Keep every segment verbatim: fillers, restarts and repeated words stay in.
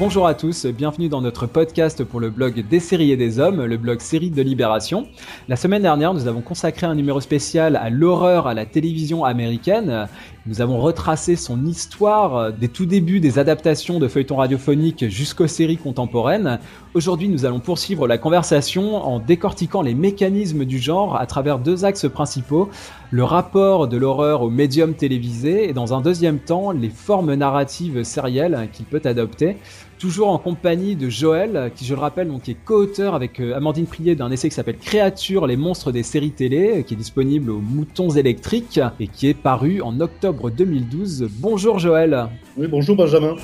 Bonjour à tous, bienvenue dans notre podcast pour le blog Des séries et des hommes, le blog Séries de Libération. La semaine dernière, nous avons consacré un numéro spécial à l'horreur à la télévision américaine. Nous avons retracé son histoire des tout débuts des adaptations de feuilletons radiophoniques jusqu'aux séries contemporaines. Aujourd'hui, nous allons poursuivre la conversation en décortiquant les mécanismes du genre à travers deux axes principaux, le rapport de l'horreur au médium télévisé et dans un deuxième temps, les formes narratives sérielles qu'il peut adopter. Toujours en compagnie de Joël, qui je le rappelle donc est co-auteur avec Amandine Prier d'un essai qui s'appelle Créatures, les monstres des séries télé, qui est disponible aux Moutons électriques et qui est paru en octobre deux mille douze. Bonjour Joël. Oui, bonjour Benjamin.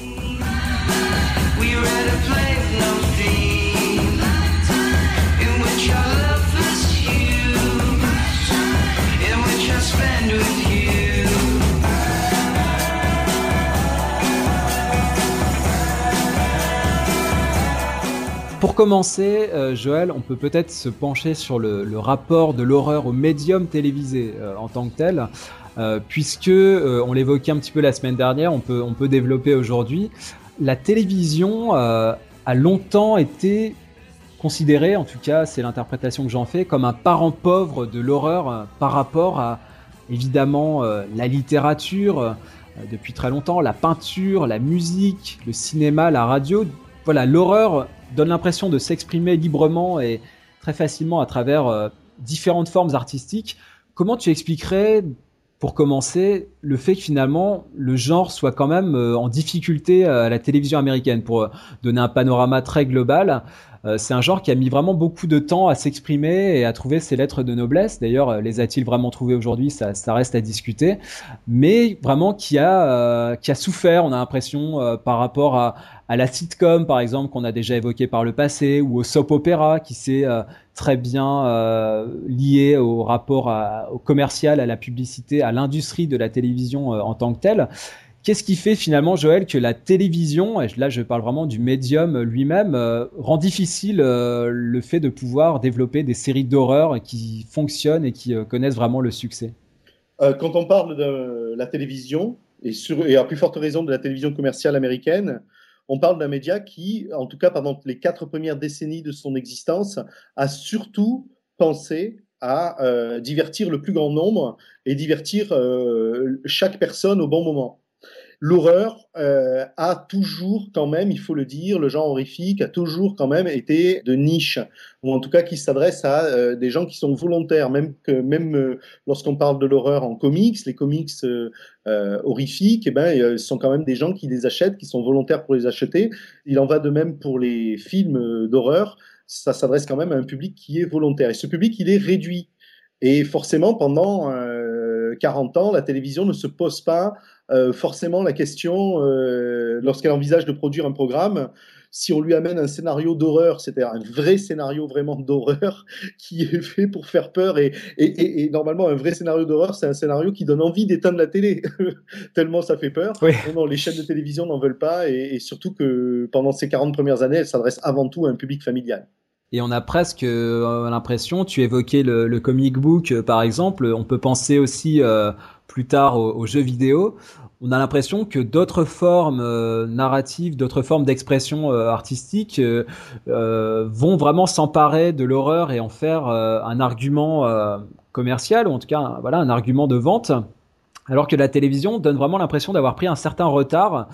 Pour commencer, euh, Joël, on peut peut-être se pencher sur le, le rapport de l'horreur au médium télévisé euh, en tant que tel, euh, puisque, euh, on l'évoquait un petit peu la semaine dernière, on peut, on peut développer aujourd'hui. La télévision euh, a longtemps été considérée, en tout cas c'est l'interprétation que j'en fais, comme un parent pauvre de l'horreur euh, par rapport à, évidemment, euh, la littérature, euh, depuis très longtemps, la peinture, la musique, le cinéma, la radio. Voilà, l'horreur donne l'impression de s'exprimer librement et très facilement à travers euh, différentes formes artistiques. Comment tu expliquerais, pour commencer, le fait que finalement le genre soit quand même euh, en difficulté à la télévision américaine? Pour euh, donner un panorama très global, euh, c'est un genre qui a mis vraiment beaucoup de temps à s'exprimer et à trouver ses lettres de noblesse. D'ailleurs, euh, les a-t-il vraiment trouvées aujourd'hui? Ça, ça reste à discuter. Mais vraiment qui a, euh, qui a souffert, on a l'impression, euh, par rapport à à la sitcom, par exemple, qu'on a déjà évoqué par le passé, ou au soap opera, qui s'est euh, très bien euh, lié au rapport à, au commercial, à la publicité, à l'industrie de la télévision euh, en tant que telle. Qu'est-ce qui fait finalement, Joël, que la télévision, et là je parle vraiment du médium lui-même, euh, rend difficile euh, le fait de pouvoir développer des séries d'horreur qui fonctionnent et qui euh, connaissent vraiment le succès? Euh, quand on parle de la télévision, et, sur, et à plus forte raison de la télévision commerciale américaine, on parle d'un média qui, en tout cas pendant les quatre premières décennies de son existence, a surtout pensé à euh, divertir le plus grand nombre et divertir euh, chaque personne au bon moment. L'horreur euh, a toujours quand même, il faut le dire, le genre horrifique a toujours quand même été de niche, ou en tout cas qui s'adresse à euh, des gens qui sont volontaires, même que même euh, lorsqu'on parle de l'horreur en comics, les comics euh, euh, horrifiques, eh ben, euh, ce sont quand même des gens qui les achètent, qui sont volontaires pour les acheter. Il en va de même pour les films d'horreur, ça s'adresse quand même à un public qui est volontaire, et ce public il est réduit. Et forcément, pendant euh, quarante ans, la télévision ne se pose pas euh, forcément la question, euh, lorsqu'elle envisage de produire un programme, si on lui amène un scénario d'horreur, c'est-à-dire un vrai scénario vraiment d'horreur qui est fait pour faire peur. Et, et, et, et normalement, un vrai scénario d'horreur, c'est un scénario qui donne envie d'éteindre la télé, tellement ça fait peur. Oui. Non, non, les chaînes de télévision n'en veulent pas. Et, et surtout que pendant ces quarante premières années, elles s'adressent avant tout à un public familial. Et on a presque euh, l'impression, tu évoquais le, le comic book euh, par exemple, on peut penser aussi euh, plus tard aux, aux jeux vidéo. On a l'impression que d'autres formes euh, narratives, d'autres formes d'expression euh, artistique euh, euh, vont vraiment s'emparer de l'horreur et en faire euh, un argument euh, commercial, ou en tout cas un, voilà, un argument de vente. Alors que la télévision donne vraiment l'impression d'avoir pris un certain retard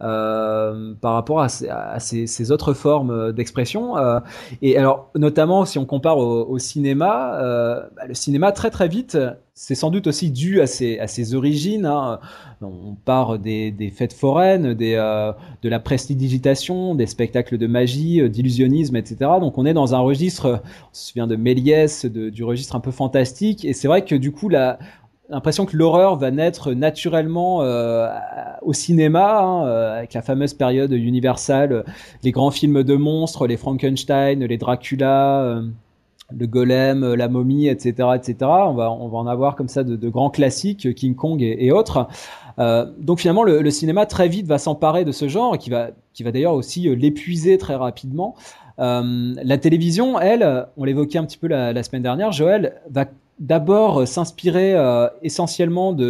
euh, par rapport à, ces, à ces, ces autres formes d'expression. Euh, et alors, notamment, si on compare au, au cinéma, euh, bah, le cinéma, très très vite, c'est sans doute aussi dû à ses, à ses origines. Hein. On part des, des fêtes foraines, des, euh, de la prestidigitation, des spectacles de magie, d'illusionnisme, et cetera. Donc on est dans un registre, on se souvient de Méliès, de, du registre un peu fantastique. Et c'est vrai que du coup, la l'impression que l'horreur va naître naturellement euh, au cinéma, hein, euh, avec la fameuse période Universal, euh, les grands films de monstres, les Frankenstein, les Dracula, euh, le Golem, euh, la Momie, et cetera, et cetera. On va, on va en avoir comme ça de, de grands classiques, King Kong et, et autres. Euh, donc finalement, le, le cinéma très vite va s'emparer de ce genre, qui va, qui va d'ailleurs aussi euh, l'épuiser très rapidement. Euh, la télévision, elle, on l'évoquait un petit peu la, la semaine dernière, Joël, va d'abord euh, s'inspirer euh, essentiellement de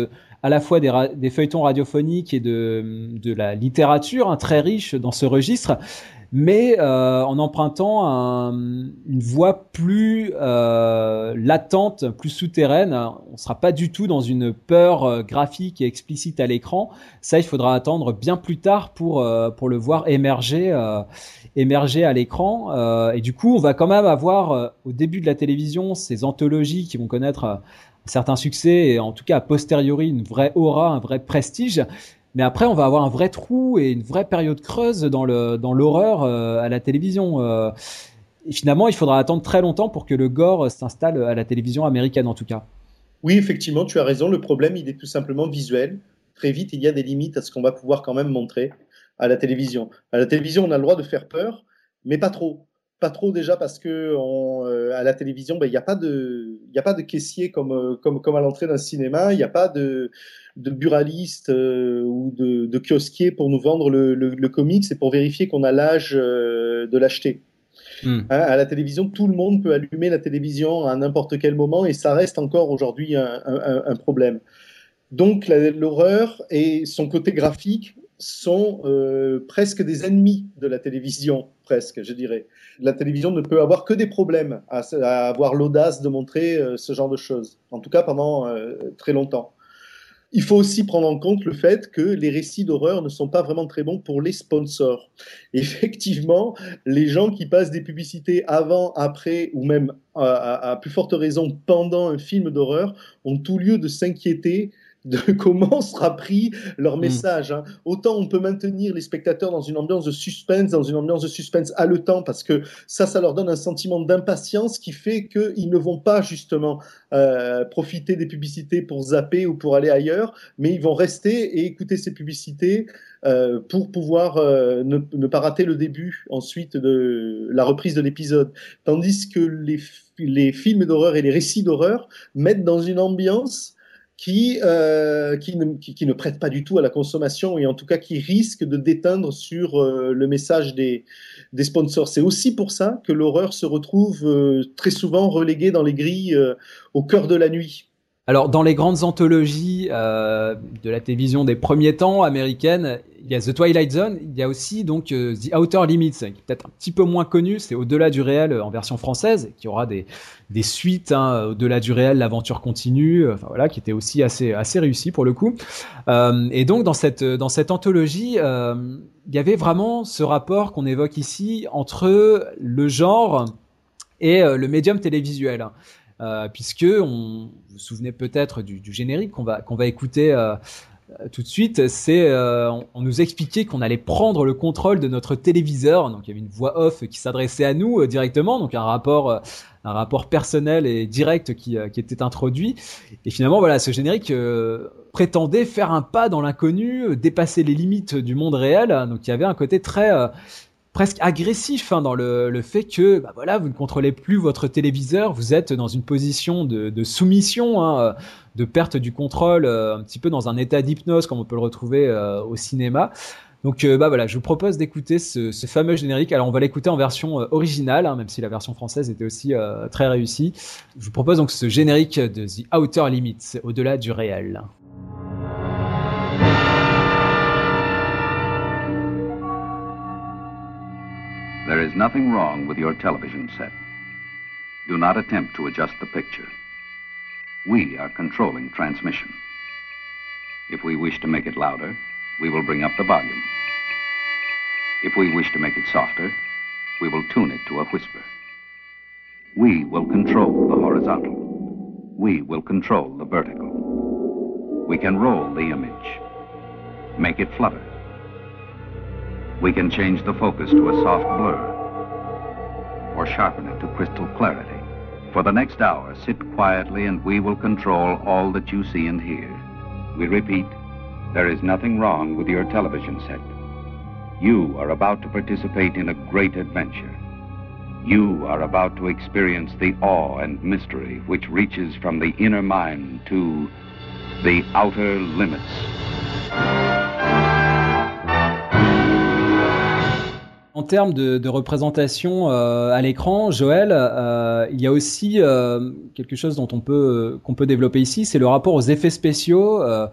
à la fois des, ra- des feuilletons radiophoniques et de, de la littérature hein, très riche dans ce registre, mais euh, en empruntant un, une voie plus euh, latente, plus souterraine. On ne sera pas du tout dans une peur euh, graphique et explicite à l'écran. Ça, il faudra attendre bien plus tard pour, euh, pour le voir émerger, euh, émerger à l'écran. Euh, et du coup, on va quand même avoir euh, au début de la télévision ces anthologies qui vont connaître euh, certains succès et en tout cas a posteriori une vraie aura, un vrai prestige. Mais après, on va avoir un vrai trou et une vraie période creuse dans le dans l'horreur euh, à la télévision. Euh, et finalement, il faudra attendre très longtemps pour que le gore s'installe à la télévision américaine, en tout cas. Oui, effectivement, tu as raison. Le problème, il est tout simplement visuel. Très vite, il y a des limites à ce qu'on va pouvoir quand même montrer à la télévision. À la télévision, on a le droit de faire peur, mais pas trop. Pas trop déjà parce que on, euh, à la télévision, ben, il n'y a pas de, il y a pas de caissier comme, euh, comme, comme à l'entrée d'un cinéma. Il n'y a pas de, de buraliste euh, ou de, de kiosquier pour nous vendre le, le, le comics. C'est pour vérifier qu'on a l'âge euh, de l'acheter. Mm. Hein, à la télévision, tout le monde peut allumer la télévision à n'importe quel moment et ça reste encore aujourd'hui un, un, un problème. Donc la, l'horreur et son côté graphique sont euh, presque des ennemis de la télévision, presque, je dirais. La télévision ne peut avoir que des problèmes à, à avoir l'audace de montrer euh, ce genre de choses, en tout cas pendant euh, très longtemps. Il faut aussi prendre en compte le fait que les récits d'horreur ne sont pas vraiment très bons pour les sponsors. Effectivement, les gens qui passent des publicités avant, après ou même à, à, à plus forte raison pendant un film d'horreur ont tout lieu de s'inquiéter de comment sera pris leur message. Hein. Autant on peut maintenir les spectateurs dans une ambiance de suspense, dans une ambiance de suspense haletant, parce que ça, ça leur donne un sentiment d'impatience qui fait qu'ils ne vont pas justement euh, profiter des publicités pour zapper ou pour aller ailleurs, mais ils vont rester et écouter ces publicités euh, pour pouvoir euh, ne, ne pas rater le début ensuite de la reprise de l'épisode. Tandis que les, les films d'horreur et les récits d'horreur mettent dans une ambiance qui, euh, qui, ne, qui, qui ne prête pas du tout à la consommation et en tout cas qui risque de déteindre sur euh, le message des, des sponsors. C'est aussi pour ça que l'horreur se retrouve euh, très souvent reléguée dans les grilles euh, au cœur de la nuit. Alors, dans les grandes anthologies euh, de la télévision des premiers temps américaines, il y a The Twilight Zone, il y a aussi donc euh, The Outer Limits, qui est peut-être un petit peu moins connu, c'est Au-delà du réel en version française, qui aura des, des suites, hein, Au-delà du réel, l'aventure continue, enfin voilà, qui était aussi assez, assez réussi pour le coup. Euh, et donc, dans cette, dans cette anthologie, euh, il y avait vraiment ce rapport qu'on évoque ici entre le genre et euh, le médium télévisuel. Euh, puisque on, vous vous souvenez peut-être du, du générique qu'on va qu'on va écouter euh, tout de suite. C'est euh, on, on nous expliquait qu'on allait prendre le contrôle de notre téléviseur. Donc il y avait une voix off qui s'adressait à nous euh, directement, donc un rapport euh, un rapport personnel et direct qui euh, qui était introduit. Et finalement voilà, ce générique euh, prétendait faire un pas dans l'inconnu, euh, dépasser les limites du monde réel. Donc il y avait un côté très euh, presque agressif hein, dans le, le fait que bah voilà, vous ne contrôlez plus votre téléviseur, vous êtes dans une position de, de soumission, hein, de perte du contrôle, euh, un petit peu dans un état d'hypnose comme on peut le retrouver euh, au cinéma. Donc euh, bah voilà, je vous propose d'écouter ce, ce fameux générique. Alors on va l'écouter en version euh, originale, hein, même si la version française était aussi euh, très réussie. Je vous propose donc ce générique de The Outer Limits, Au-delà du réel. There is nothing wrong with your television set. Do not attempt to adjust the picture. We are controlling transmission. If we wish to make it louder, we will bring up the volume. If we wish to make it softer, we will tune it to a whisper. We will control the horizontal. We will control the vertical. We can roll the image, make it flutter. We can change the focus to a soft blur or sharpen it to crystal clarity. For the next hour, sit quietly and we will control all that you see and hear. We repeat, there is nothing wrong with your television set. You are about to participate in a great adventure. You are about to experience the awe and mystery which reaches from the inner mind to the outer limits. En termes de, de représentation euh, à l'écran, Joël, euh, il y a aussi euh, quelque chose dont on peut qu'on peut développer ici, c'est le rapport aux effets spéciaux. Euh,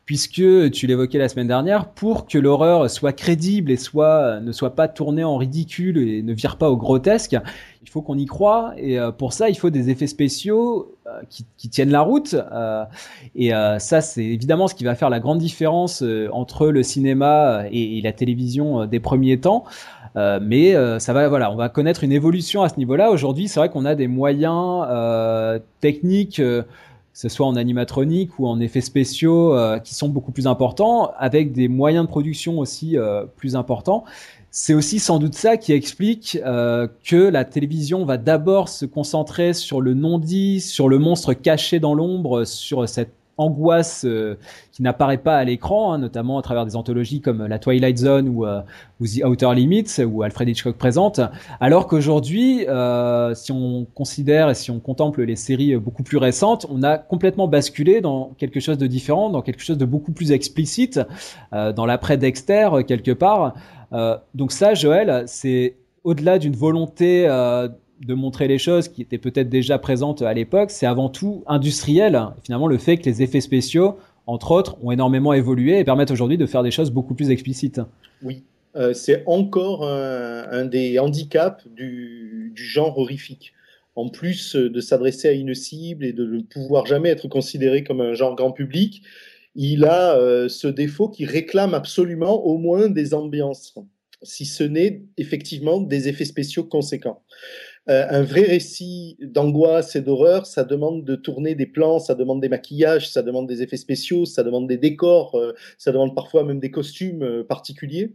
puisque tu l'évoquais la semaine dernière, pour que l'horreur soit crédible et soit ne soit pas tournée en ridicule et ne vire pas au grotesque, il faut qu'on y croie, et euh, pour ça il faut des effets spéciaux euh, qui, qui tiennent la route, euh, et euh, ça c'est évidemment ce qui va faire la grande différence euh, entre le cinéma et, et la télévision euh, des premiers temps. Euh, mais euh, ça va, voilà, on va connaître une évolution à ce niveau-là. Aujourd'hui, c'est vrai qu'on a des moyens euh, techniques, euh, que ce soit en animatronique ou en effets spéciaux, euh, qui sont beaucoup plus importants, avec des moyens de production aussi euh, plus importants. C'est aussi sans doute ça qui explique euh, que la télévision va d'abord se concentrer sur le non-dit, sur le monstre caché dans l'ombre, sur cette angoisse euh, qui n'apparaît pas à l'écran, hein, notamment à travers des anthologies comme la Twilight Zone ou, euh, ou The Outer Limits, où Alfred Hitchcock présente, alors qu'aujourd'hui, euh, si on considère et si on contemple les séries beaucoup plus récentes, on a complètement basculé dans quelque chose de différent, dans quelque chose de beaucoup plus explicite, euh, dans l'après-Dexter, quelque part. Euh, donc ça, Joël, c'est au-delà d'une volonté euh, de montrer les choses qui étaient peut-être déjà présentes à l'époque, c'est avant tout industriel. Finalement, le fait que les effets spéciaux, entre autres, ont énormément évolué et permettent aujourd'hui de faire des choses beaucoup plus explicites. Oui, euh, c'est encore un, un des handicaps du, du genre horrifique. En plus de s'adresser à une cible et de ne pouvoir jamais être considéré comme un genre grand public, il a euh, ce défaut qui réclame absolument au moins des ambiances, si ce n'est effectivement des effets spéciaux conséquents. Euh, un vrai récit d'angoisse et d'horreur, ça demande de tourner des plans, ça demande des maquillages, ça demande des effets spéciaux, ça demande des décors, euh, ça demande parfois même des costumes euh, particuliers,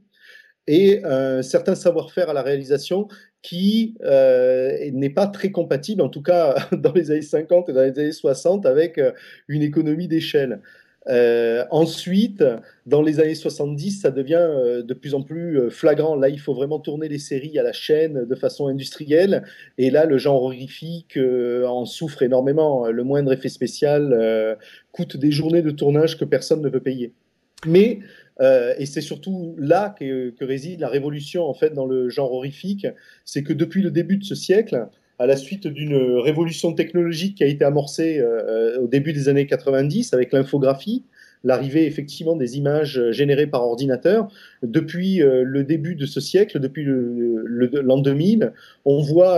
et un certain savoir-faire à la réalisation qui euh, n'est pas très compatible, en tout cas dans les années cinquante et dans les années soixante, avec euh, une économie d'échelle. Euh, ensuite, dans les années soixante-dix, ça devient euh, de plus en plus flagrant. Là, il faut vraiment tourner les séries à la chaîne de façon industrielle. Et là, le genre horrifique euh, en souffre énormément. Le moindre effet spécial euh, coûte des journées de tournage que personne ne peut payer. Mais, euh, et c'est surtout là que, que réside la révolution en fait dans le genre horrifique, c'est que depuis le début de ce siècle, à la suite d'une révolution technologique qui a été amorcée euh, au début des années quatre-vingt-dix avec l'infographie, l'arrivée effectivement des images générées par ordinateur. Depuis euh, le début de ce siècle, depuis le, le, l'an deux mille, on voit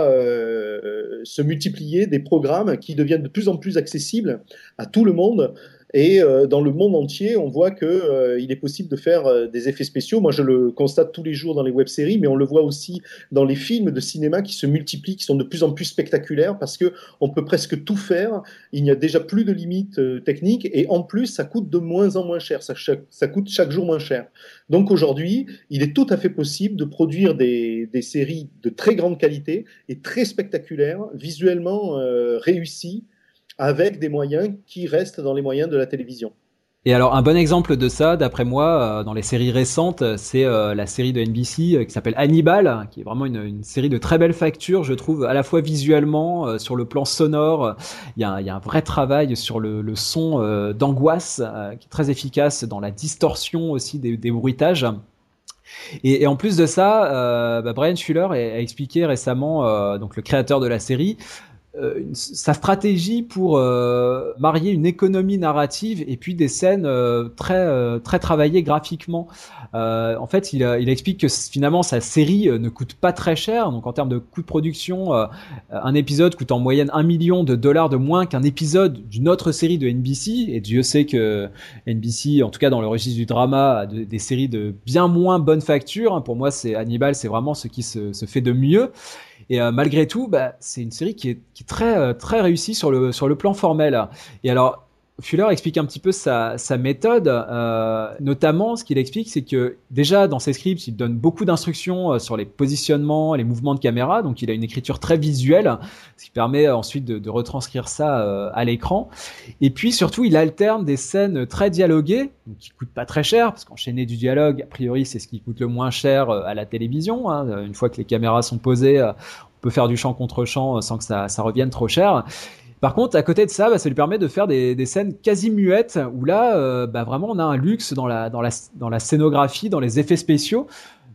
euh, se multiplier des programmes qui deviennent de plus en plus accessibles à tout le monde. Et euh, dans le monde entier, on voit qu'il euh, est possible de faire euh, des effets spéciaux. Moi, je le constate tous les jours dans les web-séries, mais on le voit aussi dans les films de cinéma qui se multiplient, qui sont de plus en plus spectaculaires parce qu'on peut presque tout faire. Il n'y a déjà plus de limites euh, techniques et en plus, ça coûte de moins en moins cher. Ça, chaque, ça coûte chaque jour moins cher. Donc aujourd'hui, il est tout à fait possible de produire des, des séries de très grande qualité et très spectaculaires, visuellement euh, réussies, avec des moyens qui restent dans les moyens de la télévision. Et alors, un bon exemple de ça, d'après moi, euh, dans les séries récentes, c'est euh, la série de N B C euh, qui s'appelle Hannibal, qui est vraiment une, une série de très belle facture, je trouve, à la fois visuellement, euh, sur le plan sonore. Il y a, il y a un vrai travail sur le, le son euh, d'angoisse, euh, qui est très efficace dans la distorsion aussi des, des bruitages. Et, et en plus de ça, euh, bah Bryan Fuller a, a expliqué récemment, euh, donc le créateur de la série, Euh, une, sa stratégie pour euh, marier une économie narrative et puis des scènes euh, très euh, très travaillées graphiquement. Euh, en fait, il, il explique que finalement sa série euh, ne coûte pas très cher. Donc en termes de coût de production, euh, un épisode coûte en moyenne un million de dollars de moins qu'un épisode d'une autre série de N B C. Et Dieu sait que N B C, en tout cas dans le registre du drama, a de, des séries de bien moins bonne facture. Pour moi, c'est Hannibal, c'est vraiment ce qui se, se fait de mieux. Et euh, malgré tout, bah, c'est une série qui est, qui est très, euh, très réussie sur le, sur le plan formel. Et alors, Fuller explique un petit peu sa, sa méthode, euh, notamment ce qu'il explique, c'est que déjà dans ses scripts, il donne beaucoup d'instructions euh, sur les positionnements, les mouvements de caméra, donc il a une écriture très visuelle, ce qui permet ensuite de, de retranscrire ça euh, à l'écran. Et puis surtout, il alterne des scènes très dialoguées, donc qui coûtent pas très cher, parce qu'enchaîner du dialogue, a priori, c'est ce qui coûte le moins cher euh, à la télévision. Hein. Une fois que les caméras sont posées, euh, on peut faire du champ contre champ sans que ça, ça revienne trop cher. Par contre, à côté de ça, bah, ça lui permet de faire des, des scènes quasi muettes où là, euh, bah, vraiment, on a un luxe dans la, dans la, dans la scénographie, dans les effets spéciaux.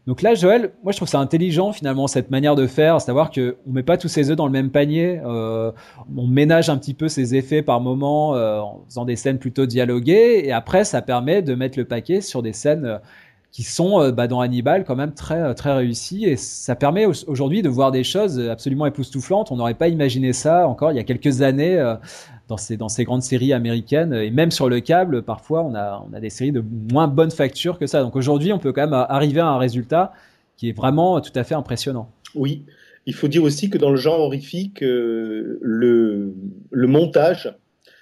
Donc là, Joël, moi je trouve ça intelligent finalement cette manière de faire, à savoir que on met pas tous ses œufs dans le même panier, euh, on ménage un petit peu ses effets par moment euh, en faisant des scènes plutôt dialoguées, et après ça permet de mettre le paquet sur des scènes euh, qui sont euh, bah, dans Hannibal quand même très très réussies, et ça permet au- aujourd'hui de voir des choses absolument époustouflantes. On n'aurait pas imaginé ça encore il y a quelques années. Euh, dans ces, dans ces grandes séries américaines, et même sur le câble, parfois on a, on a des séries de moins bonne facture que ça. Donc aujourd'hui, on peut quand même arriver à un résultat qui est vraiment tout à fait impressionnant. Oui, il faut dire aussi que dans le genre horrifique, euh, le, le montage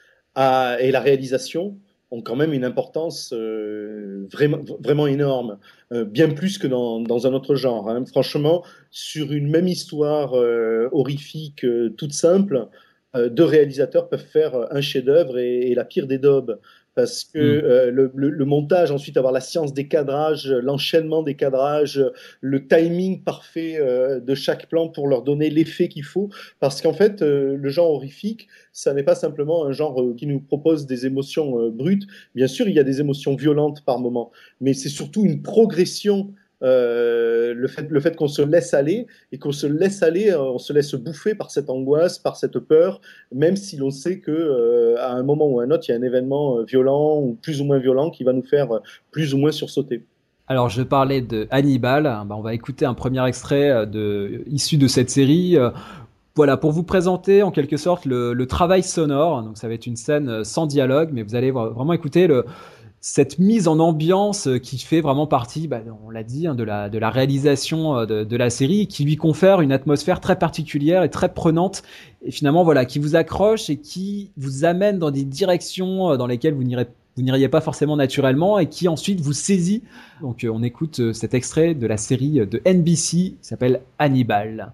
a, et la réalisation ont quand même une importance euh, vraiment, vraiment énorme, euh, bien plus que dans, dans un autre genre. Hein. Franchement, sur une même histoire euh, horrifique euh, toute simple, euh, deux réalisateurs peuvent faire un chef-d'œuvre et, et la pire des daubes. Parce que Mm. euh, le, le, le, montage, ensuite avoir la science des cadrages, l'enchaînement des cadrages, le timing parfait euh, de chaque plan pour leur donner l'effet qu'il faut. Parce qu'en fait, euh, le genre horrifique, ça n'est pas simplement un genre euh, qui nous propose des émotions euh, brutes. Bien sûr, il y a des émotions violentes par moment, mais c'est surtout une progression. Euh, le fait, le fait qu'on se laisse aller et qu'on se laisse aller, euh, on se laisse bouffer par cette angoisse, par cette peur, même si l'on sait que euh, à un moment ou à un autre, il y a un événement euh, violent ou plus ou moins violent qui va nous faire euh, plus ou moins sursauter. Alors, je parlais de Hannibal. Bah, on va écouter un premier extrait de, issu de cette série. Euh, Voilà, pour vous présenter en quelque sorte le, le travail sonore. Donc, ça va être une scène sans dialogue, mais vous allez vraiment écouter le, cette mise en ambiance qui fait vraiment partie, bah, on l'a dit, hein, de, la, de la réalisation de, de la série, qui lui confère une atmosphère très particulière et très prenante, et finalement, voilà, qui vous accroche et qui vous amène dans des directions dans lesquelles vous n'irez vous n'iriez pas forcément naturellement, et qui ensuite vous saisit. Donc, on écoute cet extrait de la série de N B C qui s'appelle Hannibal.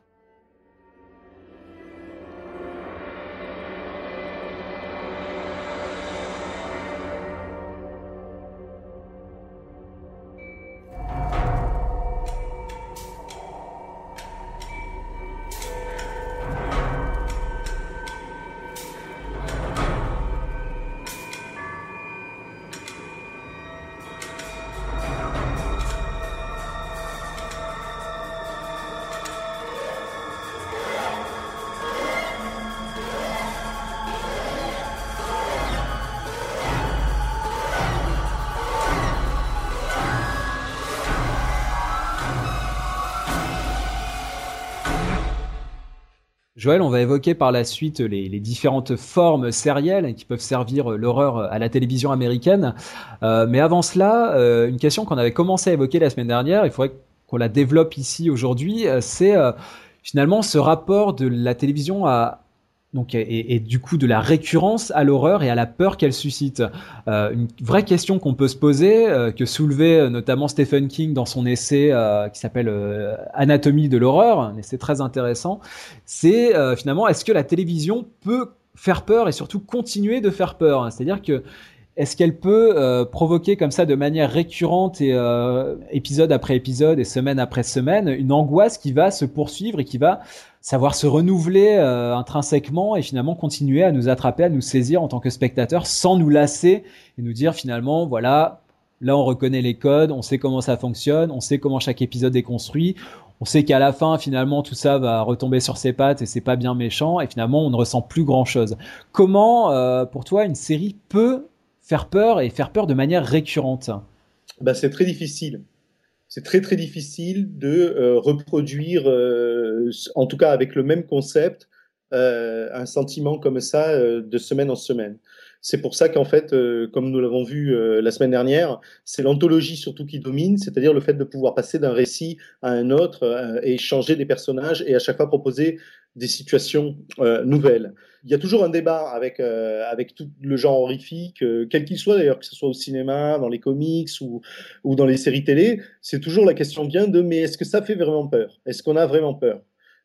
Joël, on va évoquer par la suite les, les différentes formes sérielles qui peuvent servir l'horreur à la télévision américaine. Euh, mais avant cela, euh, une question qu'on avait commencé à évoquer la semaine dernière, il faudrait qu'on la développe ici aujourd'hui, euh, c'est euh, finalement ce rapport de la télévision à, donc, et, et du coup de la récurrence à l'horreur et à la peur qu'elle suscite. Euh, une vraie question qu'on peut se poser, euh, que soulevait notamment Stephen King dans son essai euh, qui s'appelle euh, Anatomie de l'horreur, un essai très intéressant, c'est euh, finalement, est-ce que la télévision peut faire peur et surtout continuer de faire peur? C'est-à-dire que est-ce qu'elle peut euh, provoquer comme ça de manière récurrente et euh, épisode après épisode et semaine après semaine une angoisse qui va se poursuivre et qui va savoir se renouveler euh, intrinsèquement et finalement continuer à nous attraper, à nous saisir en tant que spectateurs sans nous lasser et nous dire finalement voilà, là on reconnaît les codes, on sait comment ça fonctionne, on sait comment chaque épisode est construit, on sait qu'à la fin finalement tout ça va retomber sur ses pattes et c'est pas bien méchant et finalement on ne ressent plus grand chose. Comment euh, pour toi une série peut faire peur et faire peur de manière récurrente? Ben, c'est très difficile. C'est très très difficile de euh, reproduire, euh, en tout cas avec le même concept, euh, un sentiment comme ça euh, de semaine en semaine. C'est pour ça qu'en fait, euh, comme nous l'avons vu euh, la semaine dernière, c'est l'anthologie surtout qui domine, c'est-à-dire le fait de pouvoir passer d'un récit à un autre euh, et changer des personnages et à chaque fois proposer des situations euh, nouvelles. Il y a toujours un débat avec, euh, avec tout le genre horrifique, euh, quel qu'il soit d'ailleurs, que ce soit au cinéma, dans les comics ou, ou dans les séries télé, c'est toujours la question vient de mais est-ce que ça fait vraiment peur? Est-ce qu'on a vraiment peur?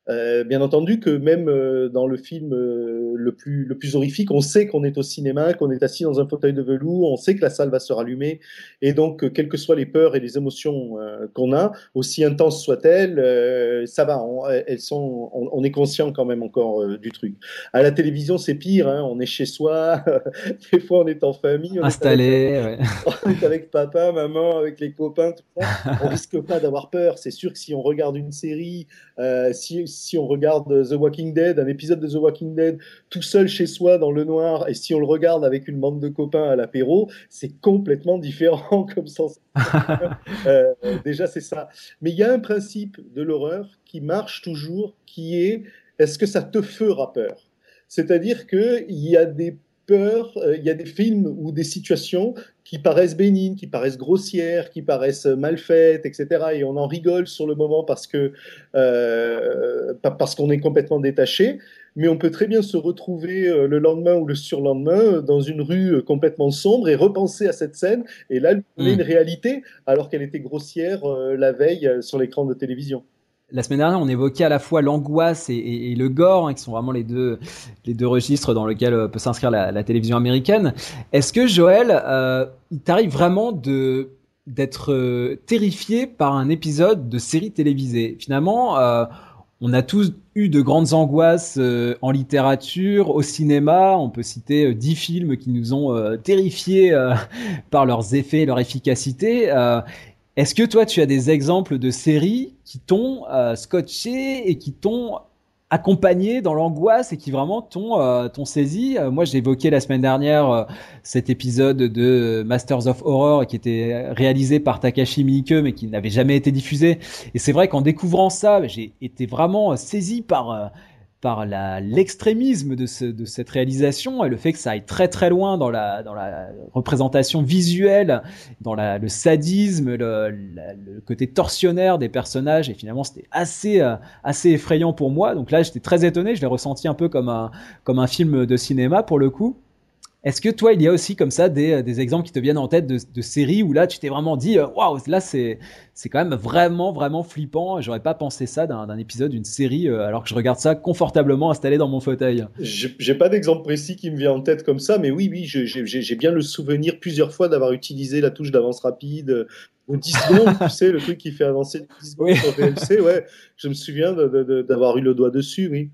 Euh, bien entendu que même euh, dans le film euh, le plus, le plus horrifique, on sait qu'on est au cinéma, qu'on est assis dans un fauteuil de velours, on sait que la salle va se rallumer, et donc, euh, quelles que soient les peurs et les émotions euh, qu'on a, aussi intenses soient-elles, euh, ça va, on, elles sont, on, on est conscient quand même encore euh, du truc. À la télévision, c'est pire, hein, on est chez soi, des fois on est en famille, on est avec, Installé, ouais. on est avec papa, maman, avec les copains, tout ça. On risque pas d'avoir peur. C'est sûr que si on regarde une série, euh, si, si on regarde The Walking Dead, un épisode de The Walking Dead, tout seul chez soi dans le noir, et si on le regarde avec une bande de copains à l'apéro, c'est complètement différent comme sensation. Euh, déjà, c'est ça. Mais il y a un principe de l'horreur qui marche toujours, qui est, est-ce que ça te fera peur? C'est-à-dire qu'il y a des peurs, euh, il y a des films ou des situations qui paraissent bénignes, qui paraissent grossières, qui paraissent mal faites, et cetera. Et on en rigole sur le moment parce que euh, parce qu'on est complètement détaché. Mais on peut très bien se retrouver euh, le lendemain ou le surlendemain dans une rue euh, complètement sombre et repenser à cette scène et là lui donner Mm. une réalité alors qu'elle était grossière euh, la veille euh, sur l'écran de télévision. La semaine dernière, on évoquait à la fois l'angoisse et, et, et le gore, hein, qui sont vraiment les deux, les deux registres dans lesquels euh, peut s'inscrire la, la télévision américaine. Est-ce que Joël, euh, il t'arrive vraiment de d'être euh, terrifié par un épisode de série télévisée? Finalement, euh, on a tous eu de grandes angoisses euh, en littérature, au cinéma. On peut citer euh, dix films qui nous ont euh, terrifiés euh, par leurs effets, leur efficacité. Euh, est-ce que toi, tu as des exemples de séries qui t'ont euh, scotché et qui t'ont accompagné dans l'angoisse et qui vraiment t'ont euh, t'ont saisi? Euh, moi, j'ai évoqué la semaine dernière euh, cet épisode de Masters of Horror qui était réalisé par Takashi Miike mais qui n'avait jamais été diffusé. Et c'est vrai qu'en découvrant ça, j'ai été vraiment saisi par euh, par la, l'extrémisme de, ce, de cette réalisation et le fait que ça aille très très loin dans la, dans la représentation visuelle, dans la, le sadisme, le, la, le côté torsionnaire des personnages. Et finalement, c'était assez, euh, assez effrayant pour moi. Donc là, j'étais très étonné. Je l'ai ressenti un peu comme un, comme un film de cinéma pour le coup. Est-ce que toi, il y a aussi comme ça des, des exemples qui te viennent en tête de, de séries où là, tu t'es vraiment dit, waouh, là, c'est, c'est quand même vraiment, vraiment flippant. J'aurais pas pensé ça d'un, d'un épisode d'une série euh, alors que je regarde ça confortablement installé dans mon fauteuil. J'ai j'ai pas d'exemple précis qui me vient en tête comme ça, mais oui, oui, je- j'ai j'ai bien le souvenir plusieurs fois d'avoir utilisé la touche d'avance rapide euh, aux dix secondes, tu sais, le truc qui fait avancer de dix secondes Oui. sur V L C, ouais, je me souviens de- de- de- d'avoir eu le doigt dessus, oui.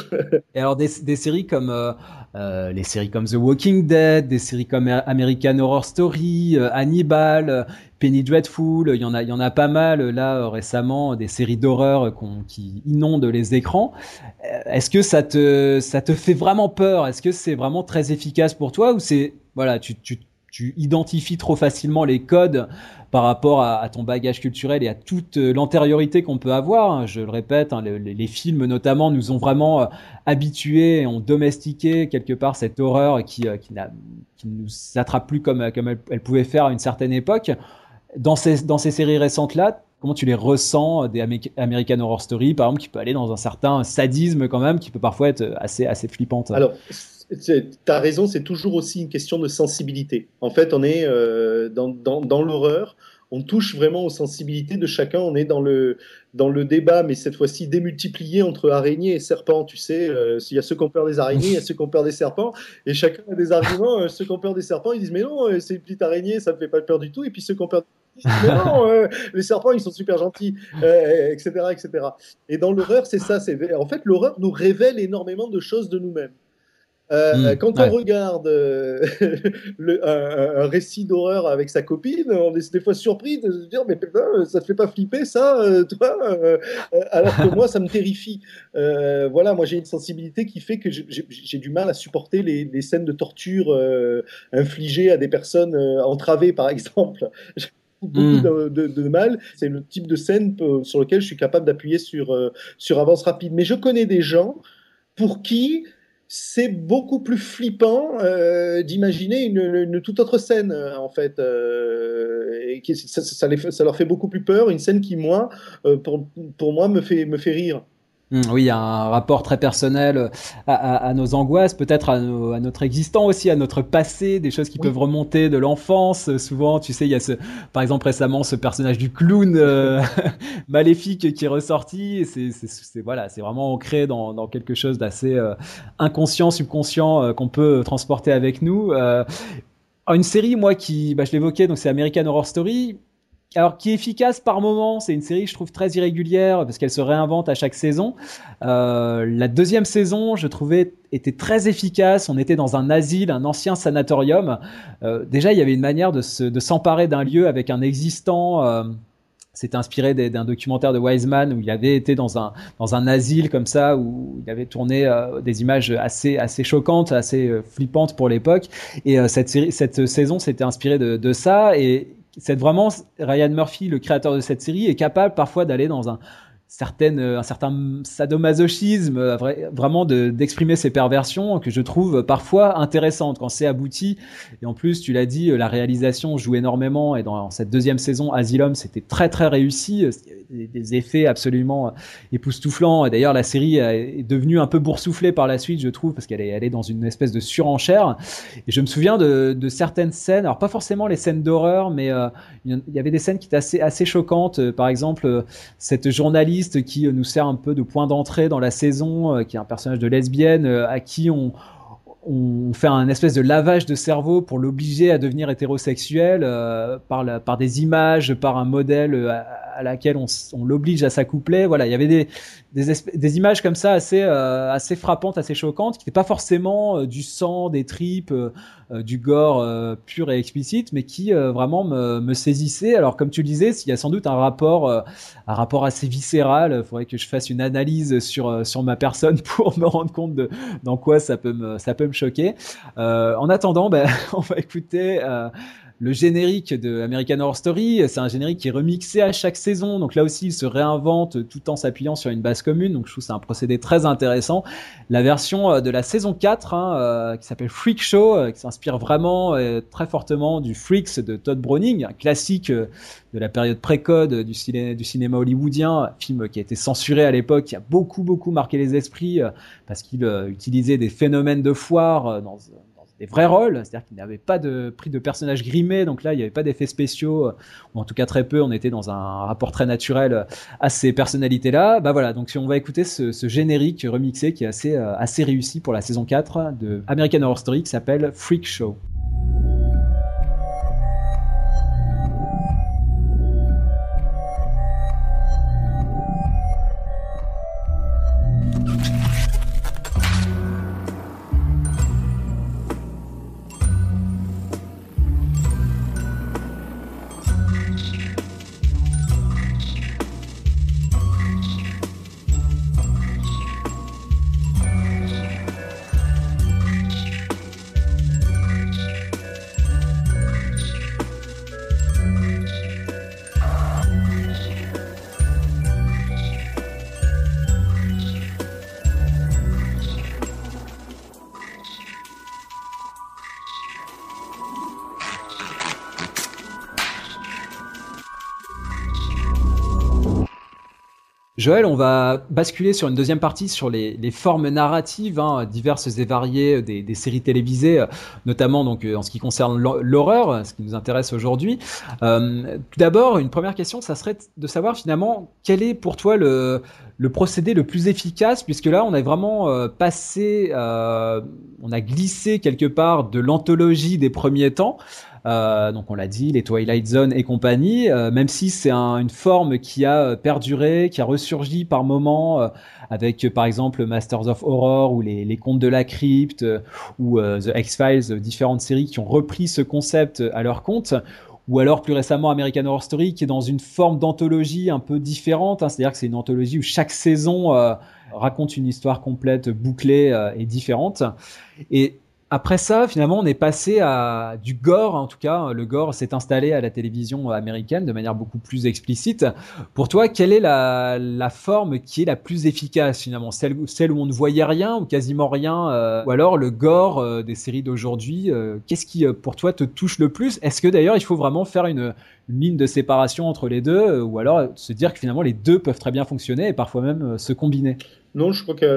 Et alors des, des séries comme euh, euh, les séries comme The Walking Dead, des séries comme American Horror Story, euh, Hannibal, euh, Penny Dreadful, il y en a, il y en a pas mal euh, là euh, récemment, des séries d'horreur euh, qu'on- qui inondent les écrans. Euh, Est-ce que ça te, ça te fait vraiment peur? Est-ce que c'est vraiment très efficace pour toi ou c'est, voilà, tu, tu, tu identifies trop facilement les codes par rapport à, à ton bagage culturel et à toute euh, l'antériorité qu'on peut avoir, hein. Je le répète, hein, le- les, les films notamment nous ont vraiment euh, habitués et ont domestiqué quelque part cette horreur qui, euh, qui, n'a, qui ne nous attrape plus comme, comme elle, elle pouvait faire à une certaine époque. Dans ces, dans ces séries récentes-là, comment tu les ressens, euh, des Amé- American Horror Story, par exemple, qui peut aller dans un certain sadisme quand même, qui peut parfois être assez, assez flippante? Alors, tu as raison, c'est toujours aussi une question de sensibilité. En fait, on est euh, dans, dans, dans l'horreur, on touche vraiment aux sensibilités de chacun, on est dans le, dans le débat, mais cette fois-ci démultiplié entre araignées et serpents. Tu sais, euh, il y a ceux qui ont peur des araignées, il y a ceux qui ont peur des serpents, et chacun a des arguments. Euh, ceux qui ont peur des serpents, ils disent mais non, euh, c'est une petite araignée, ça ne me fait pas peur du tout. Et puis ceux qui ont peur des serpents, mais non, euh, les serpents, ils sont super gentils, euh, et cetera, et cetera. Et dans l'horreur, c'est ça. C'est en fait l'horreur nous révèle énormément de choses de nous-mêmes. Euh, Mmh, quand on ouais. regarde euh, le, un, un récit d'horreur avec sa copine, on est des fois surpris de se dire mais putain, ça te fait pas flipper ça, euh, toi euh, alors que moi ça me terrifie. Euh, voilà, moi j'ai une sensibilité qui fait que j'ai, j'ai du mal à supporter les, les scènes de torture euh, infligées à des personnes euh, entravées par exemple. J'ai beaucoup Mmh. de, de, de mal. C'est le type de scène euh, sur lequel je suis capable d'appuyer sur, euh, sur avance rapide. Mais je connais des gens pour qui c'est beaucoup plus flippant euh, d'imaginer une, une toute autre scène, euh, en fait. Euh, et qui, ça, ça, les, ça leur fait beaucoup plus peur, une scène qui, moi, euh, pour, pour moi, me fait, me fait rire. Mmh, oui, il y a un rapport très personnel à, à, à nos angoisses, peut-être à, nos, à notre existant aussi, à notre passé, des choses qui Oui. peuvent remonter de l'enfance. Souvent, tu sais, il y a ce, par exemple récemment ce personnage du clown euh, maléfique qui est ressorti. C'est, c'est, c'est voilà, c'est vraiment ancré dans, dans quelque chose d'assez euh, inconscient, subconscient euh, qu'on peut transporter avec nous. Euh, une série, moi, qui, bah, je l'évoquais, donc c'est American Horror Story. Alors, qui est efficace par moment, c'est une série, je trouve, très irrégulière parce qu'elle se réinvente à chaque saison. Euh, la deuxième saison, je trouvais, était très efficace. On était dans un asile, un ancien sanatorium. Euh, déjà, il y avait une manière de, se, de s'emparer d'un lieu avec un existant. Euh, c'était inspiré des, d'un documentaire de Wiseman où il avait été dans un, dans un asile comme ça, où il avait tourné euh, des images assez, assez choquantes, assez euh, flippantes pour l'époque. Et euh, cette, série, cette saison s'était inspirée de, de ça. Et c'est vraiment Ryan Murphy, le créateur de cette série, est capable parfois d'aller dans un certaine, un certain sadomasochisme, vraiment de, d'exprimer ses perversions que je trouve parfois intéressantes quand c'est abouti. Et en plus, tu l'as dit, la réalisation joue énormément. Et dans cette deuxième saison, Asylum, c'était très très réussi. Il y avait des effets absolument époustouflants. Et d'ailleurs, la série est devenue un peu boursouflée par la suite, je trouve, parce qu'elle est, elle est dans une espèce de surenchère. Et je me souviens de, de certaines scènes, alors pas forcément les scènes d'horreur, mais euh, il y avait des scènes qui étaient assez, assez choquantes. Par exemple, cette journaliste qui nous sert un peu de point d'entrée dans la saison, qui est un personnage de lesbienne à qui on, on fait un espèce de lavage de cerveau pour l'obliger à devenir hétérosexuel euh, par, la, par des images, par un modèle à, à laquelle on, on l'oblige à s'accoupler. Voilà, il y avait des, des, espèces, des images comme ça assez, euh, assez frappantes, assez choquantes, qui n'étaient pas forcément euh, du sang, des tripes, euh, euh, du gore euh, pur et explicite, mais qui euh, vraiment me, me saisissaient. Alors, comme tu le disais, il y a sans doute un rapport, euh, un rapport assez viscéral. Il faudrait que je fasse une analyse sur, euh, sur ma personne pour me rendre compte de dans quoi ça peut me, ça peut me choqué. Euh, en attendant, ben, on va écouter euh, le générique de American Horror Story. C'est un générique qui est remixé à chaque saison. Donc là aussi, il se réinvente tout en s'appuyant sur une base commune. Donc je trouve que c'est un procédé très intéressant. La version de la saison quatre, hein, euh, qui s'appelle Freak Show, euh, qui s'inspire vraiment euh, très fortement du Freaks de Todd Browning, un classique euh, de la période pré-code du, ciné- du cinéma hollywoodien, un film qui a été censuré à l'époque, qui a beaucoup beaucoup marqué les esprits euh, parce qu'il euh, utilisait des phénomènes de foire euh, dans, dans des vrais rôles, c'est-à-dire qu'il n'avait pas de pris de personnages grimés, donc là il n'y avait pas d'effets spéciaux, euh, ou en tout cas très peu, on était dans un rapport très naturel euh, à ces personnalités-là. Bah voilà, donc si on va écouter ce, ce générique remixé qui est assez, euh, assez réussi pour la saison quatre de American Horror Story qui s'appelle Freak Show. Joël, on va basculer sur une deuxième partie sur les, les formes narratives hein, diverses et variées des, des séries télévisées, notamment donc en ce qui concerne l'horreur, ce qui nous intéresse aujourd'hui. Euh, tout d'abord, une première question, ça serait de savoir finalement quel est pour toi le, le procédé le plus efficace, puisque là, on a vraiment euh, passé, euh, on a glissé quelque part de l'anthologie des premiers temps. Euh, donc on l'a dit, les Twilight Zone et compagnie, euh, même si c'est un, une forme qui a perduré, qui a ressurgi par moments, euh, avec euh, par exemple Masters of Horror ou les, les Contes de la Crypte euh, ou euh, The X-Files, euh, différentes séries qui ont repris ce concept à leur compte. Ou alors plus récemment American Horror Story qui est dans une forme d'anthologie un peu différente, hein, c'est-à-dire que c'est une anthologie où chaque saison euh, raconte une histoire complète, bouclée euh, et différente. Et Après ça, finalement, on est passé à du gore, en tout cas. Le gore s'est installé à la télévision américaine de manière beaucoup plus explicite. Pour toi, quelle est la, la forme qui est la plus efficace, finalement? Celle, celle où on ne voyait rien ou quasiment rien, euh, ou alors le gore euh, des séries d'aujourd'hui? euh, Qu'est-ce qui, euh, pour toi, te touche le plus? Est-ce que d'ailleurs, il faut vraiment faire une, une ligne de séparation entre les deux, euh, ou alors se dire que finalement, les deux peuvent très bien fonctionner et parfois même euh, se combiner? Non, je crois qu'on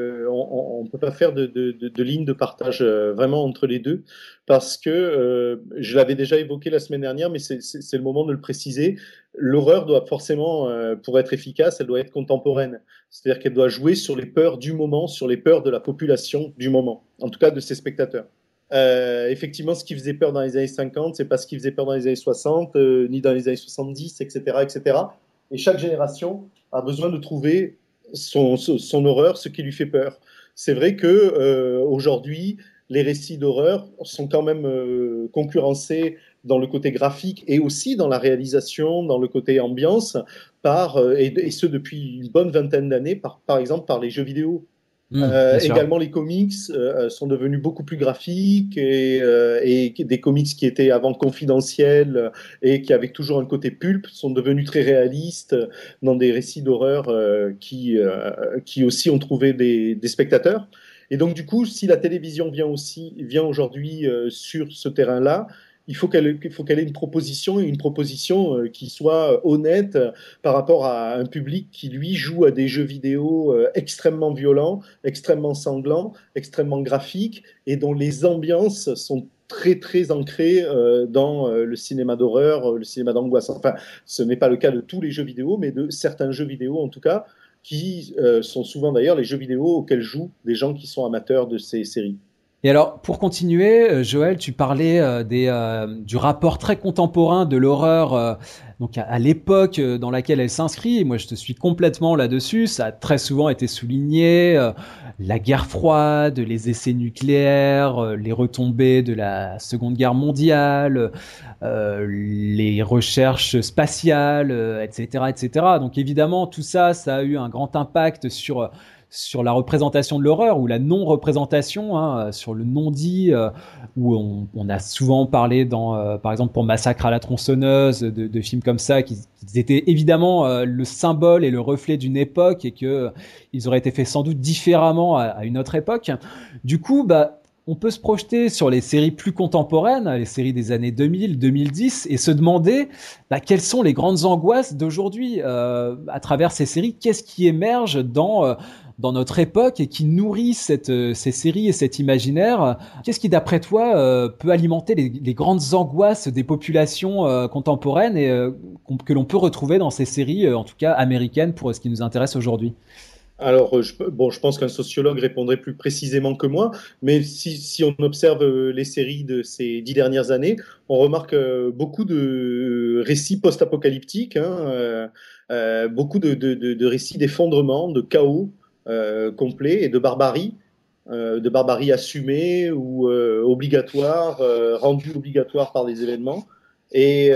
ne peut pas faire de, de, de, de ligne de partage euh, vraiment entre les deux, parce que, euh, je l'avais déjà évoqué la semaine dernière, mais c'est c'est- c'est le moment de le préciser, l'horreur doit forcément, euh, pour être efficace, elle doit être contemporaine. C'est-à-dire qu'elle doit jouer sur les peurs du moment, sur les peurs de la population du moment, en tout cas de ses spectateurs. Euh, effectivement, ce qui faisait peur dans les années cinquante, c'est pas ce qui faisait peur dans les années soixante, euh, ni dans les années soixante-dix, et cetera, et cetera. Et chaque génération a besoin de trouver son, son horreur, ce qui lui fait peur. C'est vrai que euh, aujourd'hui, les récits d'horreur sont quand même euh, concurrencés dans le côté graphique et aussi dans la réalisation, dans le côté ambiance, par, euh, et, et ce depuis une bonne vingtaine d'années, par, par exemple par les jeux vidéo. Hmm, Euh, bien sûr. également, les comics euh, sont devenus beaucoup plus graphiques et, euh, et des comics qui étaient avant confidentiels et qui avaient toujours un côté pulp sont devenus très réalistes dans des récits d'horreur euh, qui, euh, qui aussi ont trouvé des, des spectateurs. Et donc, du coup, si la télévision vient aussi vient aujourd'hui euh, sur ce terrain-là, il faut qu'elle il faut qu'elle ait une proposition et une proposition euh, qui soit honnête euh, par rapport à un public qui lui joue à des jeux vidéo euh, extrêmement violents, extrêmement sanglants, extrêmement graphiques et dont les ambiances sont très très ancrées euh, dans euh, le cinéma d'horreur, euh, le cinéma d'angoisse. Enfin, ce n'est pas le cas de tous les jeux vidéo, mais de certains jeux vidéo en tout cas, qui euh, sont souvent d'ailleurs les jeux vidéo auxquels jouent des gens qui sont amateurs de ces séries. Et alors, pour continuer, euh, Joël, tu parlais euh, des, euh, du rapport très contemporain de l'horreur, euh, donc à, à l'époque euh, dans laquelle elle s'inscrit. Moi, je te suis complètement là-dessus. Ça a très souvent été souligné. euh, la guerre froide, les essais nucléaires, euh, les retombées de la Seconde Guerre mondiale, euh, les recherches spatiales, euh, et cetera, et cetera. Donc évidemment, tout ça, ça a eu un grand impact sur sur la représentation de l'horreur ou la non-représentation, hein, sur le non-dit, euh, où on, on, a souvent parlé, dans, euh, par exemple, pour Massacre à la tronçonneuse, de, de films comme ça, qui, qui étaient évidemment euh, le symbole et le reflet d'une époque et qu'ils euh, auraient été faits sans doute différemment à, à une autre époque. Du coup, bah, on peut se projeter sur les séries plus contemporaines, les séries des années deux mille, deux mille dix, et se demander bah, quelles sont les grandes angoisses d'aujourd'hui euh, à travers ces séries. Qu'est-ce qui émerge dans euh, dans notre époque et qui nourrit cette, euh, ces séries et cet imaginaire? Qu'est-ce qui, d'après toi, euh, peut alimenter les, les grandes angoisses des populations euh, contemporaines et euh, que l'on peut retrouver dans ces séries, euh, en tout cas américaines, pour ce qui nous intéresse aujourd'hui? Alors, je, bon, je pense qu'un sociologue répondrait plus précisément que moi, mais si, si on observe euh, les séries de ces dix dernières années, on remarque euh, beaucoup de récits post-apocalyptiques, hein, euh, euh, beaucoup de, de, de, de récits d'effondrement, de chaos euh, complet et de barbarie, euh, de barbarie assumée ou euh, obligatoire, euh, rendue obligatoire par des événements. Et,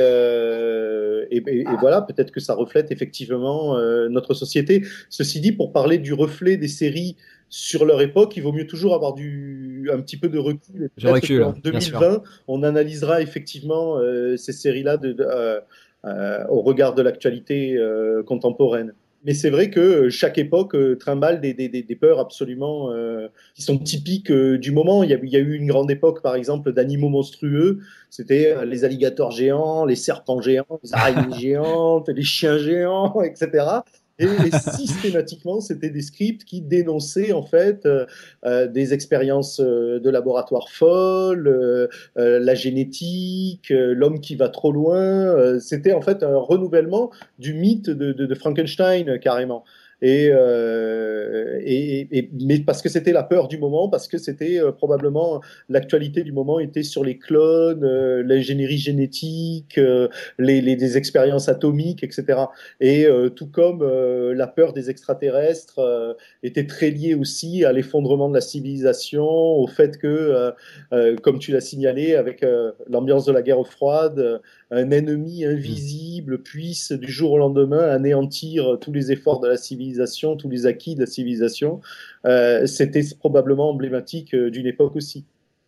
euh, et, et, et voilà, peut-être que ça reflète effectivement euh, notre société. Ceci dit, pour parler du reflet des séries sur leur époque, il vaut mieux toujours avoir du, un petit peu de recul. Et Je peut-être qu'en recule, bien sûr. deux mille vingt, on analysera effectivement euh, ces séries-là de, de, euh, euh, au regard de l'actualité euh, contemporaine. Mais c'est vrai que chaque époque euh, trimballe des, des, des peurs absolument euh, qui sont typiques euh, du moment. Il y, a, il y, a, eu une grande époque, par exemple, d'animaux monstrueux. C'était euh, les alligators géants, les serpents géants, les araignées géantes, les chiens géants, et cetera. Et, et systématiquement, c'était des scripts qui dénonçaient en fait euh, euh, des expériences euh, de laboratoire folles, euh, euh, la génétique, euh, l'homme qui va trop loin. Euh, c'était en fait un renouvellement du mythe de, de, de Frankenstein carrément. Et, euh, et, et, mais parce que c'était la peur du moment, parce que c'était euh, probablement l'actualité du moment était sur les clones, euh, l'ingénierie génétique, euh, les, les, les expériences atomiques, et cetera. Et euh, tout comme euh, la peur des extraterrestres euh, était très liée aussi à l'effondrement de la civilisation, au fait que, euh, euh, comme tu l'as signalé, avec euh, l'ambiance de la guerre froide, un ennemi invisible puisse du jour au lendemain anéantir tous les efforts de la civilisation, tous les acquis de la civilisation, euh, c'était probablement emblématique d'une époque aussi.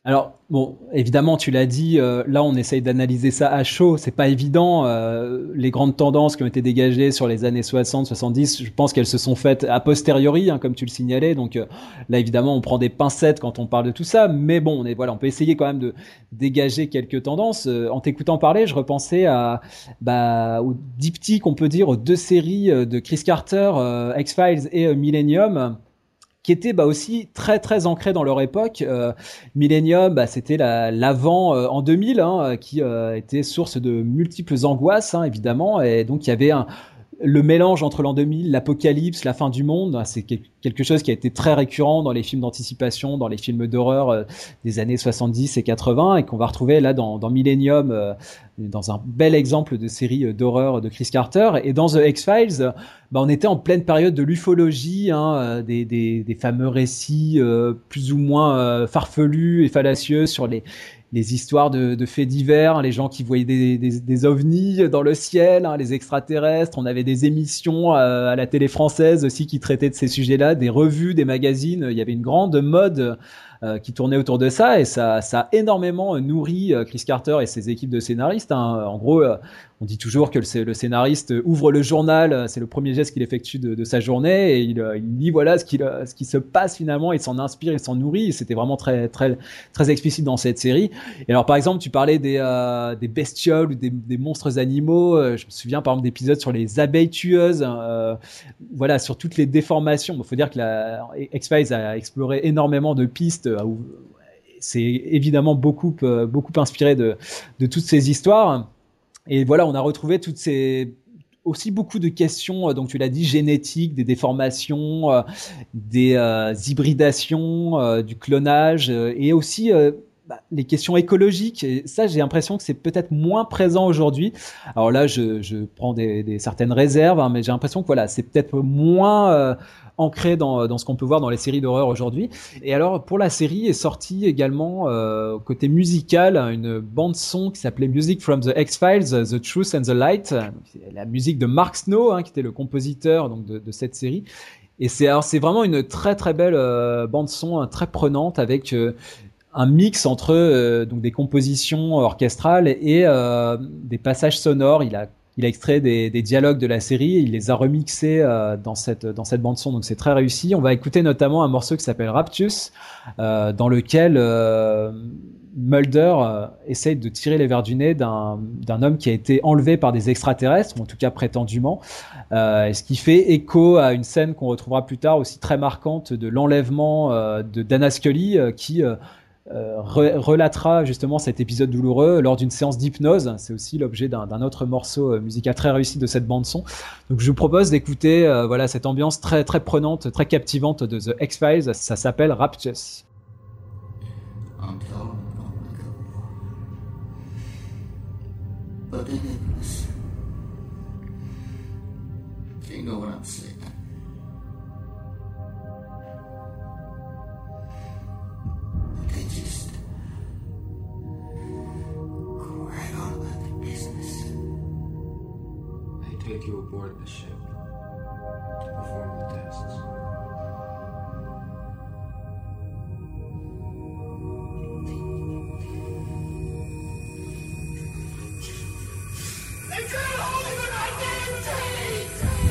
Alors, bon, évidemment, tu l'as dit, euh, là, on essaye d'analyser ça à chaud. C'est pas évident. Euh, les grandes tendances qui ont été dégagées sur les années soixante, soixante-dix, je pense qu'elles se sont faites a posteriori, hein, comme tu le signalais. Donc, euh, là, évidemment, on prend des pincettes quand on parle de tout ça. Mais bon, on est, voilà, on peut essayer quand même de dégager quelques tendances. Euh, en t'écoutant parler, je repensais à, bah, au diptyque, on peut dire, aux deux séries euh, de Chris Carter, euh, X-Files et euh, Millennium, qui étaient bah, aussi très très ancrés dans leur époque. Euh, Millennium, bah, c'était la, l'avant euh, en deux mille, hein, qui euh, était source de multiples angoisses, hein, évidemment, et donc il y avait un, le mélange entre l'an deux mille, l'apocalypse, la fin du monde, c'est quelque chose qui a été très récurrent dans les films d'anticipation, dans les films d'horreur euh, des années soixante-dix et quatre-vingts, et qu'on va retrouver là dans, dans Millennium, euh, dans un bel exemple de série d'horreur de Chris Carter. Et dans The X-Files, bah, on était en pleine période de l'ufologie, hein, des, des, des fameux récits euh, plus ou moins euh, farfelus et fallacieux sur les les histoires de, de faits divers, les gens qui voyaient des, des, des ovnis dans le ciel, hein, les extraterrestres. On avait des émissions à, à la télé française aussi qui traitaient de ces sujets-là, des revues, des magazines. Il y avait une grande mode euh, qui tournait autour de ça, et ça, ça a énormément nourri euh, Chris Carter et ses équipes de scénaristes, hein. En gros, euh, on dit toujours que le, le scénariste ouvre le journal, c'est le premier geste qu'il effectue de, de sa journée, et il, il lit voilà ce qui, ce qui se passe finalement, il s'en inspire, il s'en nourrit, et c'était vraiment très, très, très explicite dans cette série. Et alors par exemple, tu parlais des, euh, des bestioles ou des, des monstres animaux, euh, je me souviens par exemple d'épisodes sur les abeilles tueuses, euh, voilà, sur toutes les déformations. Il faut dire que la X-Files a exploré énormément de pistes, euh, où c'est évidemment beaucoup, euh, beaucoup inspiré de, de toutes ces histoires. Et voilà, on a retrouvé toutes ces aussi beaucoup de questions, donc tu l'as dit, génétiques, des déformations, euh, des euh, hybridations, euh, du clonage, euh, et aussi euh, bah, les questions écologiques. Et ça, j'ai l'impression que c'est peut-être moins présent aujourd'hui. Alors là, je, je prends des, des certaines réserves, hein, mais j'ai l'impression que voilà, c'est peut-être moins euh, ancré dans, dans ce qu'on peut voir dans les séries d'horreur aujourd'hui. Et alors, pour la série est sortie également, euh, côté musical, une bande-son qui s'appelait Music from the X-Files, The Truth and the Light. La musique de Mark Snow, hein, qui était le compositeur donc, de, de cette série. Et c'est, alors, c'est vraiment une très très belle euh, bande-son, hein, très prenante, avec euh, un mix entre euh, donc des compositions orchestrales et euh, des passages sonores. Il a Il a extrait des, des dialogues de la série, et il les a remixés euh, dans cette dans cette bande son, donc c'est très réussi. On va écouter notamment un morceau qui s'appelle Raptus, euh, dans lequel euh, Mulder euh, essaye de tirer les vers du nez d'un d'un homme qui a été enlevé par des extraterrestres, ou en tout cas prétendument, euh, et ce qui fait écho à une scène qu'on retrouvera plus tard aussi très marquante de l'enlèvement euh, de Dana Scully, euh, qui euh, Euh, re- relatera justement cet épisode douloureux lors d'une séance d'hypnose. C'est aussi l'objet d'un, d'un autre morceau euh, musical très réussi de cette bande son. Donc je vous propose d'écouter euh, voilà cette ambiance très très prenante, très captivante de The X-Files. Ça s'appelle Raptus. Take you aboard the ship to perform the tests. They can't hold me with my identity!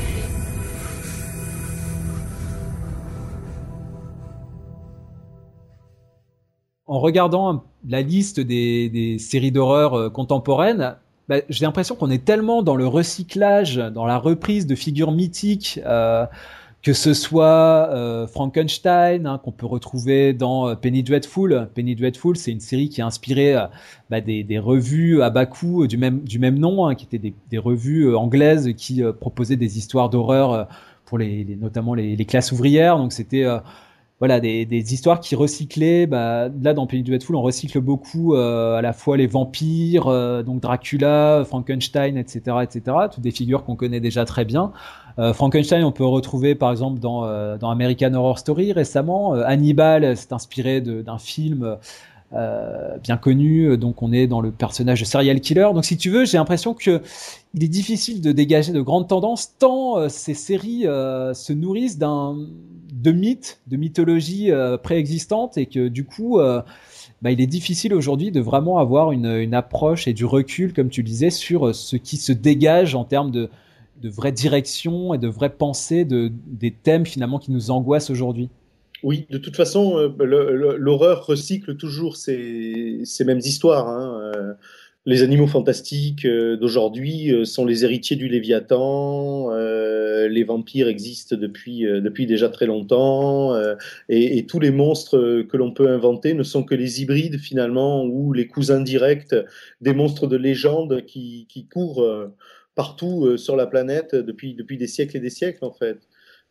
En regardant la liste des, des séries d'horreur euh, contemporaines, bah, j'ai l'impression qu'on est tellement dans le recyclage, dans la reprise de figures mythiques, euh, que ce soit euh, Frankenstein, hein, qu'on peut retrouver dans euh, Penny Dreadful. Penny Dreadful, c'est une série qui a inspiré euh, bah, des, des revues à bas coût du même, du même nom, hein, qui étaient des, des revues euh, anglaises qui euh, proposaient des histoires d'horreur euh, pour les, les, notamment les, les classes ouvrières. Donc c'était... Euh, Voilà, des, des histoires qui recyclaient. Bah, là, dans Penny Dreadful, on recycle beaucoup euh, à la fois les vampires, euh, donc Dracula, Frankenstein, et cetera, et cetera. Toutes des figures qu'on connaît déjà très bien. Euh, Frankenstein, on peut retrouver par exemple dans, euh, dans American Horror Story récemment. Euh, Hannibal, c'est inspiré de, d'un film euh, bien connu. Donc, on est dans le personnage de serial killer. Donc, si tu veux, j'ai l'impression que il est difficile de dégager de grandes tendances tant euh, ces séries euh, se nourrissent d'un de mythes, de mythologies euh, préexistantes et que du coup, euh, bah, il est difficile aujourd'hui de vraiment avoir une, une approche et du recul, comme tu le disais, sur ce qui se dégage en termes de, de vraie direction et de vraie pensée de, des thèmes finalement qui nous angoissent aujourd'hui. Oui, de toute façon, euh, le- le- l'horreur recycle toujours ces, ces mêmes histoires, hein. Euh, les animaux fantastiques euh, d'aujourd'hui euh, sont les héritiers du Léviathan. Euh, les vampires existent depuis, euh, depuis déjà très longtemps. Euh, et, et tous les monstres euh, que l'on peut inventer ne sont que les hybrides finalement ou les cousins directs des monstres de légende qui, qui courent euh, partout euh, sur la planète depuis, depuis des siècles et des siècles en fait.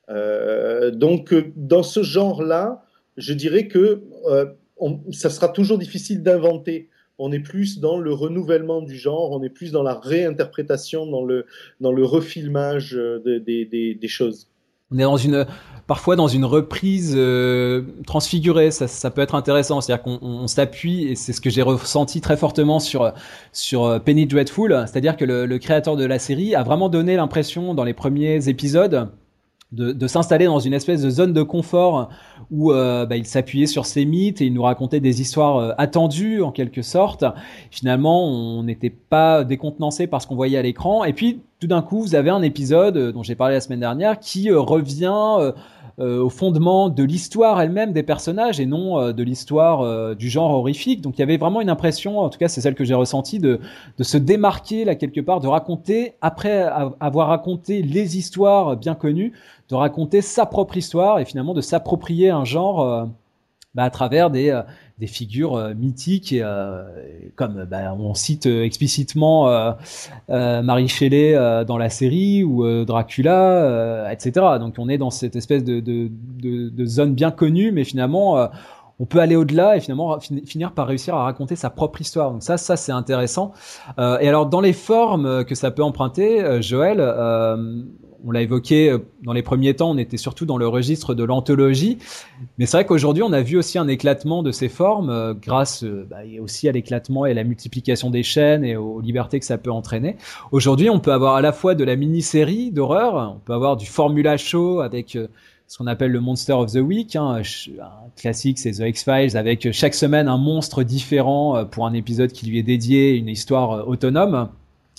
Euh, donc, euh, dans ce genre-là, je dirais que euh, on, ça sera toujours difficile d'inventer. On est plus dans le renouvellement du genre, on est plus dans la réinterprétation, dans le, dans le refilmage euh, de- des des- des choses. On est dans une, parfois dans une reprise euh, transfigurée, ça, ça peut être intéressant. C'est-à-dire qu'on on, on s'appuie, et c'est ce que j'ai ressenti très fortement sur sur euh, Penny Dreadful, c'est-à-dire que le, le créateur de la série a vraiment donné l'impression dans les premiers épisodes de, de s'installer dans une espèce de zone de confort où euh, bah, il s'appuyait sur ses mythes et il nous racontait des histoires euh, attendues en quelque sorte. Finalement, on n'était pas décontenancé par ce qu'on voyait à l'écran. Et puis, tout d'un coup, vous avez un épisode euh, dont j'ai parlé la semaine dernière qui euh, revient euh, euh, au fondement de l'histoire elle-même des personnages et non euh, de l'histoire euh, du genre horrifique. Donc, il y avait vraiment une impression, en tout cas, c'est celle que j'ai ressentie, de, de se démarquer là quelque part, de raconter, après avoir raconté les histoires bien connues, de raconter sa propre histoire et finalement de s'approprier un genre euh, bah, à travers des, euh, des figures euh, mythiques et, euh, comme bah, on cite euh, explicitement euh, euh, Mary Shelley euh, dans la série ou euh, Dracula, euh, et cetera. Donc on est dans cette espèce de, de, de, de zone bien connue, mais finalement euh, on peut aller au-delà et finalement fin- finir par réussir à raconter sa propre histoire. Donc ça, ça c'est intéressant. Euh, et alors dans les formes que ça peut emprunter, euh, Joël, euh, on l'a évoqué dans les premiers temps, on était surtout dans le registre de l'anthologie. Mais c'est vrai qu'aujourd'hui, on a vu aussi un éclatement de ces formes euh, grâce euh, bah, et aussi à l'éclatement et à la multiplication des chaînes et aux libertés que ça peut entraîner. Aujourd'hui, on peut avoir à la fois de la mini-série d'horreur, on peut avoir du formula show avec euh, ce qu'on appelle le Monster of the Week. Hein, un classique, c'est The X-Files, avec chaque semaine un monstre différent euh, pour un épisode qui lui est dédié, une histoire euh, autonome.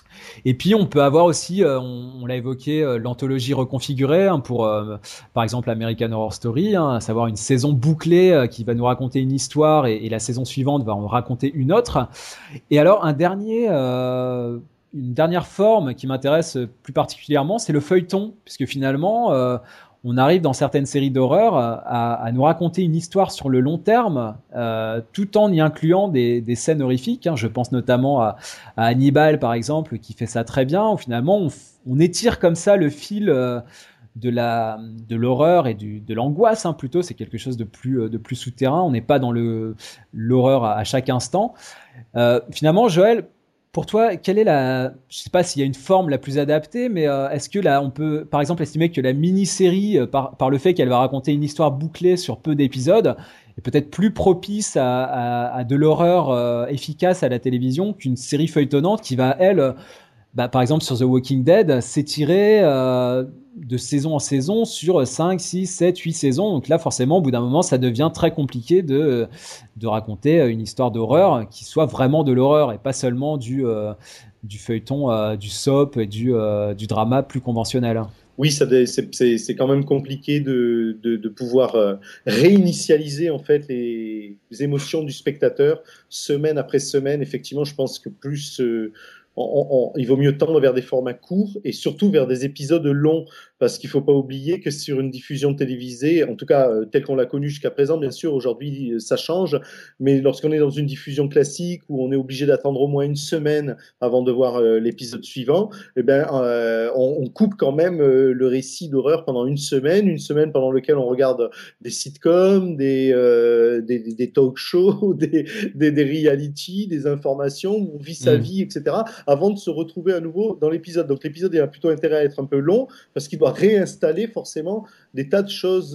Et puis on peut avoir aussi, euh, on, on l'a évoqué, euh, l'anthologie reconfigurée hein, pour, euh, par exemple, American Horror Story, hein, à savoir une saison bouclée euh, qui va nous raconter une histoire et, et la saison suivante va en raconter une autre. Et alors un dernier, euh, une dernière forme qui m'intéresse plus particulièrement, c'est le feuilleton, puisque finalement, euh, on arrive dans certaines séries d'horreur à, à nous raconter une histoire sur le long terme, euh, tout en y incluant des, des scènes horrifiques. Hein. Je pense notamment à, à Hannibal, par exemple, qui fait ça très bien. Où finalement, on, on étire comme ça le fil euh, de la de l'horreur et du, de l'angoisse. Hein, plutôt, c'est quelque chose de plus de plus souterrain. On n'est pas dans le l'horreur à, à chaque instant. Euh, finalement, Joël, pour toi, quelle est la, je sais pas s'il y a une forme la plus adaptée, mais euh, est-ce que là, on peut, par exemple, estimer que la mini-série, euh, par, par le fait qu'elle va raconter une histoire bouclée sur peu d'épisodes, est peut-être plus propice à, à, à de l'horreur euh, efficace à la télévision qu'une série feuilletonnante qui va, elle, bah, par exemple sur The Walking Dead, s'étirer euh, de saison en saison sur cinq, six, sept, huit saisons. Donc là, forcément, au bout d'un moment, ça devient très compliqué de, de raconter une histoire d'horreur qui soit vraiment de l'horreur et pas seulement du, euh, du feuilleton, euh, du soap et du, euh, du drama plus conventionnel. Oui, ça, c'est, c'est, c'est quand même compliqué de, de, de pouvoir euh, réinitialiser en fait les, les émotions du spectateur semaine après semaine. Effectivement, je pense que plus euh, on, on, il vaut mieux tendre vers des formats courts et surtout vers des épisodes longs, parce qu'il ne faut pas oublier que sur une diffusion télévisée, en tout cas euh, telle qu'on l'a connue jusqu'à présent, bien sûr, aujourd'hui ça change, mais lorsqu'on est dans une diffusion classique où on est obligé d'attendre au moins une semaine avant de voir euh, l'épisode suivant, eh ben, euh, on, on coupe quand même euh, le récit d'horreur pendant une semaine, une semaine pendant laquelle on regarde des sitcoms, des, euh, des, des talk shows, des, des, des reality, des informations, où on vit sa mmh. vie, et cetera, avant de se retrouver à nouveau dans l'épisode. Donc l'épisode a plutôt intérêt à être un peu long, parce qu'il doit réinstaller forcément des tas de choses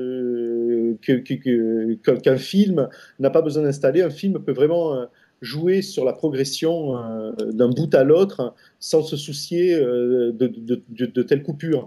euh, que, que, que, qu'un film n'a pas besoin d'installer. Un film peut vraiment euh, jouer sur la progression euh, d'un bout à l'autre sans se soucier euh, de, de, de, de telles coupures.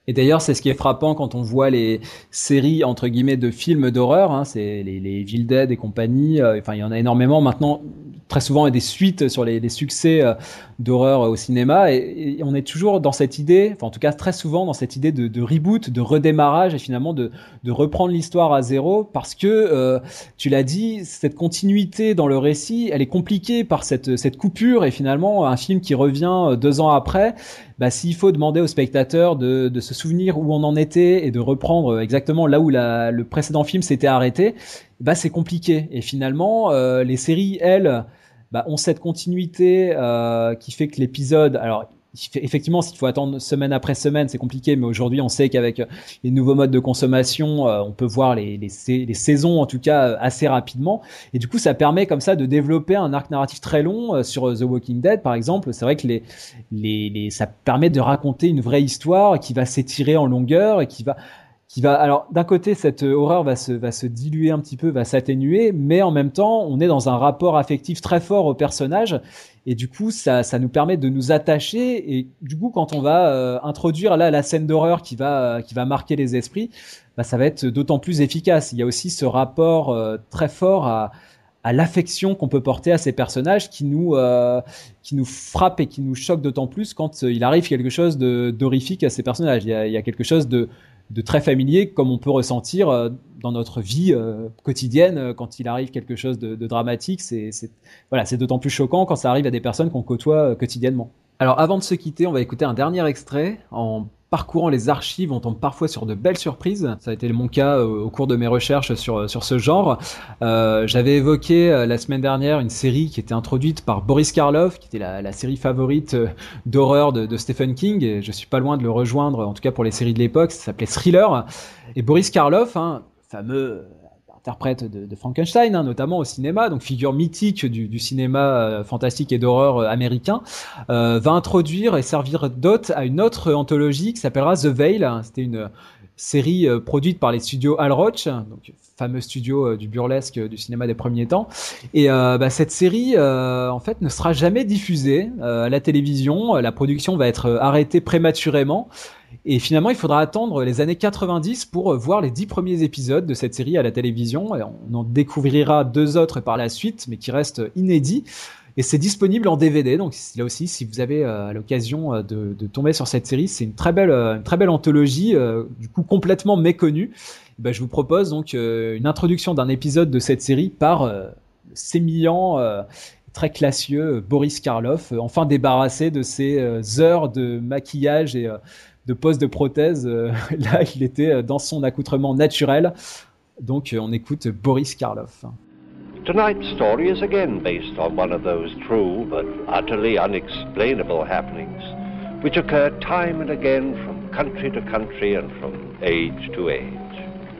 Et d'ailleurs, c'est ce qui est frappant quand on voit les séries entre guillemets de films d'horreur, hein, c'est les, les Evil Dead et compagnie. Euh, enfin, il y en a énormément maintenant. Très souvent, il y a des suites sur les, les succès euh, d'horreur au cinéma, et, et on est toujours dans cette idée, enfin en tout cas très souvent dans cette idée de, de reboot, de redémarrage et finalement de, de reprendre l'histoire à zéro, parce que euh, tu l'as dit, cette continuité dans le récit, elle est compliquée par cette cette coupure, et finalement un film qui revient deux ans après. Bah, s'il faut demander aux spectateurs de, de se souvenir où on en était et de reprendre exactement là où la, le précédent film s'était arrêté, bah, c'est compliqué. Et finalement, euh, les séries, elles, bah, ont cette continuité euh, qui fait que l'épisode... Alors, effectivement, s'il faut attendre semaine après semaine, c'est compliqué, mais aujourd'hui, on sait qu'avec les nouveaux modes de consommation, euh, on peut voir les, les, les saisons, en tout cas, assez rapidement. Et du coup, ça permet comme ça de développer un arc narratif très long euh, sur The Walking Dead, par exemple. C'est vrai que les, les, les, ça permet de raconter une vraie histoire qui va s'étirer en longueur et qui va... qui va, alors d'un côté, cette horreur va se, va se diluer un petit peu, va s'atténuer, mais en même temps, on est dans un rapport affectif très fort au personnage, et du coup, ça, ça nous permet de nous attacher, et du coup, quand on va euh, introduire là la scène d'horreur qui va, qui va marquer les esprits, bah, ça va être d'autant plus efficace. Il y a aussi ce rapport euh, très fort à, à l'affection qu'on peut porter à ces personnages qui nous, euh, qui nous frappe et qui nous choque d'autant plus quand euh, il arrive quelque chose de, d'horrifique à ces personnages. Il y a, il y a quelque chose de de très familier, comme on peut ressentir euh, dans notre vie euh, quotidienne euh, quand il arrive quelque chose de, de dramatique. C'est, c'est, voilà, c'est d'autant plus choquant quand ça arrive à des personnes qu'on côtoie euh, quotidiennement. Alors avant de se quitter, on va écouter un dernier extrait. En parcourant les archives, on tombe parfois sur de belles surprises. Ça a été mon cas euh, au cours de mes recherches sur, sur ce genre. Euh, j'avais évoqué euh, la semaine dernière une série qui était introduite par Boris Karloff, qui était la, la série favorite euh, d'horreur de, de Stephen King, et je suis pas loin de le rejoindre, en tout cas pour les séries de l'époque. Ça s'appelait Thriller. Et Boris Karloff, hein, fameux interprète de, de Frankenstein, hein, notamment au cinéma, donc figure mythique du, du cinéma euh, fantastique et d'horreur euh, américain, euh, va introduire et servir d'hôte à une autre anthologie qui s'appellera The Veil. C'était une série euh, produite par les studios Hal Roach, donc fameux studio euh, du burlesque euh, du cinéma des premiers temps. Et euh, bah, cette série, euh, en fait, ne sera jamais diffusée euh, à la télévision. La production va être arrêtée prématurément. Et finalement, il faudra attendre les années quatre-vingt-dix pour voir les dix premiers épisodes de cette série à la télévision. Et on en découvrira deux autres par la suite, mais qui restent inédits. Et c'est disponible en D V D. Donc là aussi, si vous avez euh, l'occasion de, de tomber sur cette série, c'est une très belle, une très belle anthologie, euh, du coup complètement méconnue. Et ben, je vous propose donc euh, une introduction d'un épisode de cette série par euh, le sémillant, euh, très classieux Boris Karloff, euh, enfin débarrassé de ses euh, heures de maquillage et euh, de pose de prothèse. Euh, là, il était dans son accoutrement naturel. Donc, on écoute Boris Karloff. Tonight's story is again based on one of those true but utterly unexplainable happenings which occur time and again from country to country and from age to age.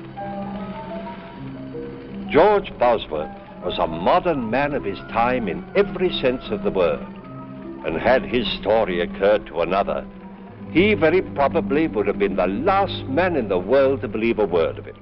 George Bosworth was a modern man of his time in every sense of the word, and had his story occurred to another, he very probably would have been the last man in the world to believe a word of it.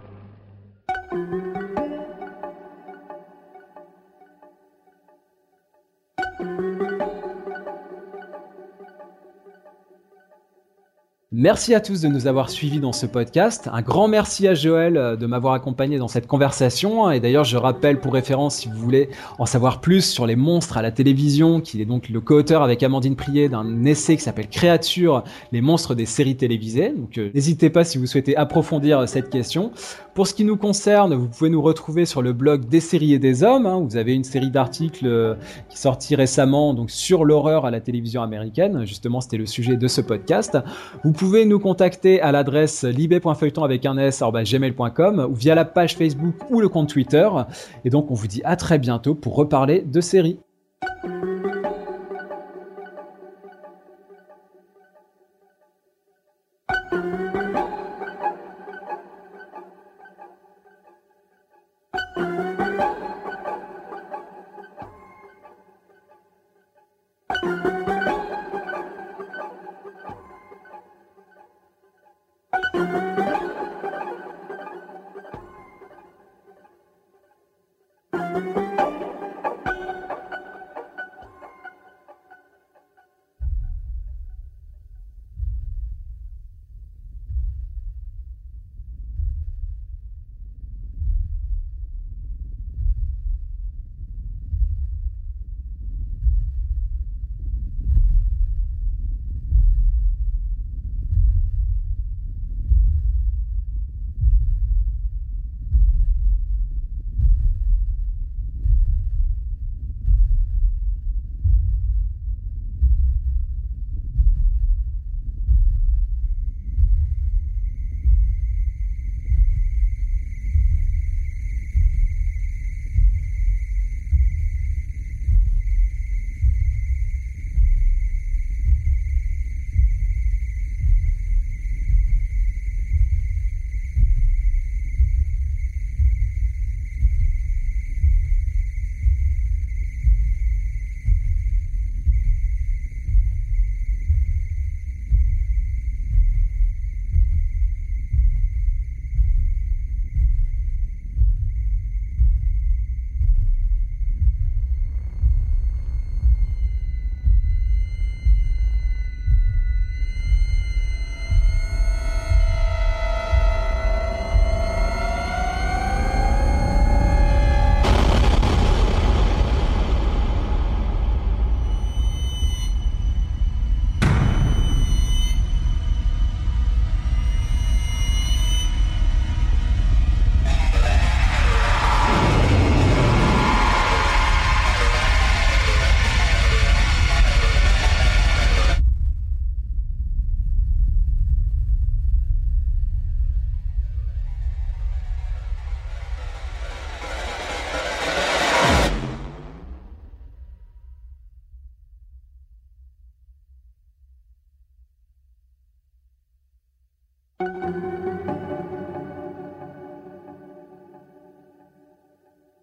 Merci à tous de nous avoir suivis dans ce podcast. Un grand merci à Joël de m'avoir accompagné dans cette conversation. Et d'ailleurs, je rappelle pour référence, si vous voulez en savoir plus sur les monstres à la télévision, qu'il est donc le co-auteur avec Amandine Prié d'un essai qui s'appelle Créatures, les monstres des séries télévisées. Donc euh, n'hésitez pas si vous souhaitez approfondir cette question. Pour ce qui nous concerne, vous pouvez nous retrouver sur le blog Des séries et des hommes. Hein. Vous avez une série d'articles euh, qui est sortie récemment donc sur l'horreur à la télévision américaine. Justement, c'était le sujet de ce podcast. Vous Vous pouvez nous contacter à l'adresse libé point feuilleton avec un s arobase gmail point com ou via la page Facebook ou le compte Twitter. Et donc on vous dit à très bientôt pour reparler de séries.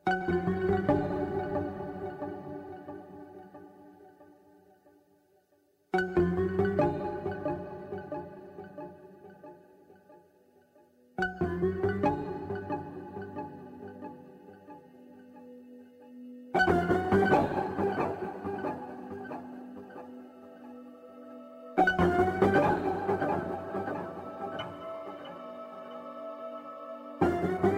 Thank you.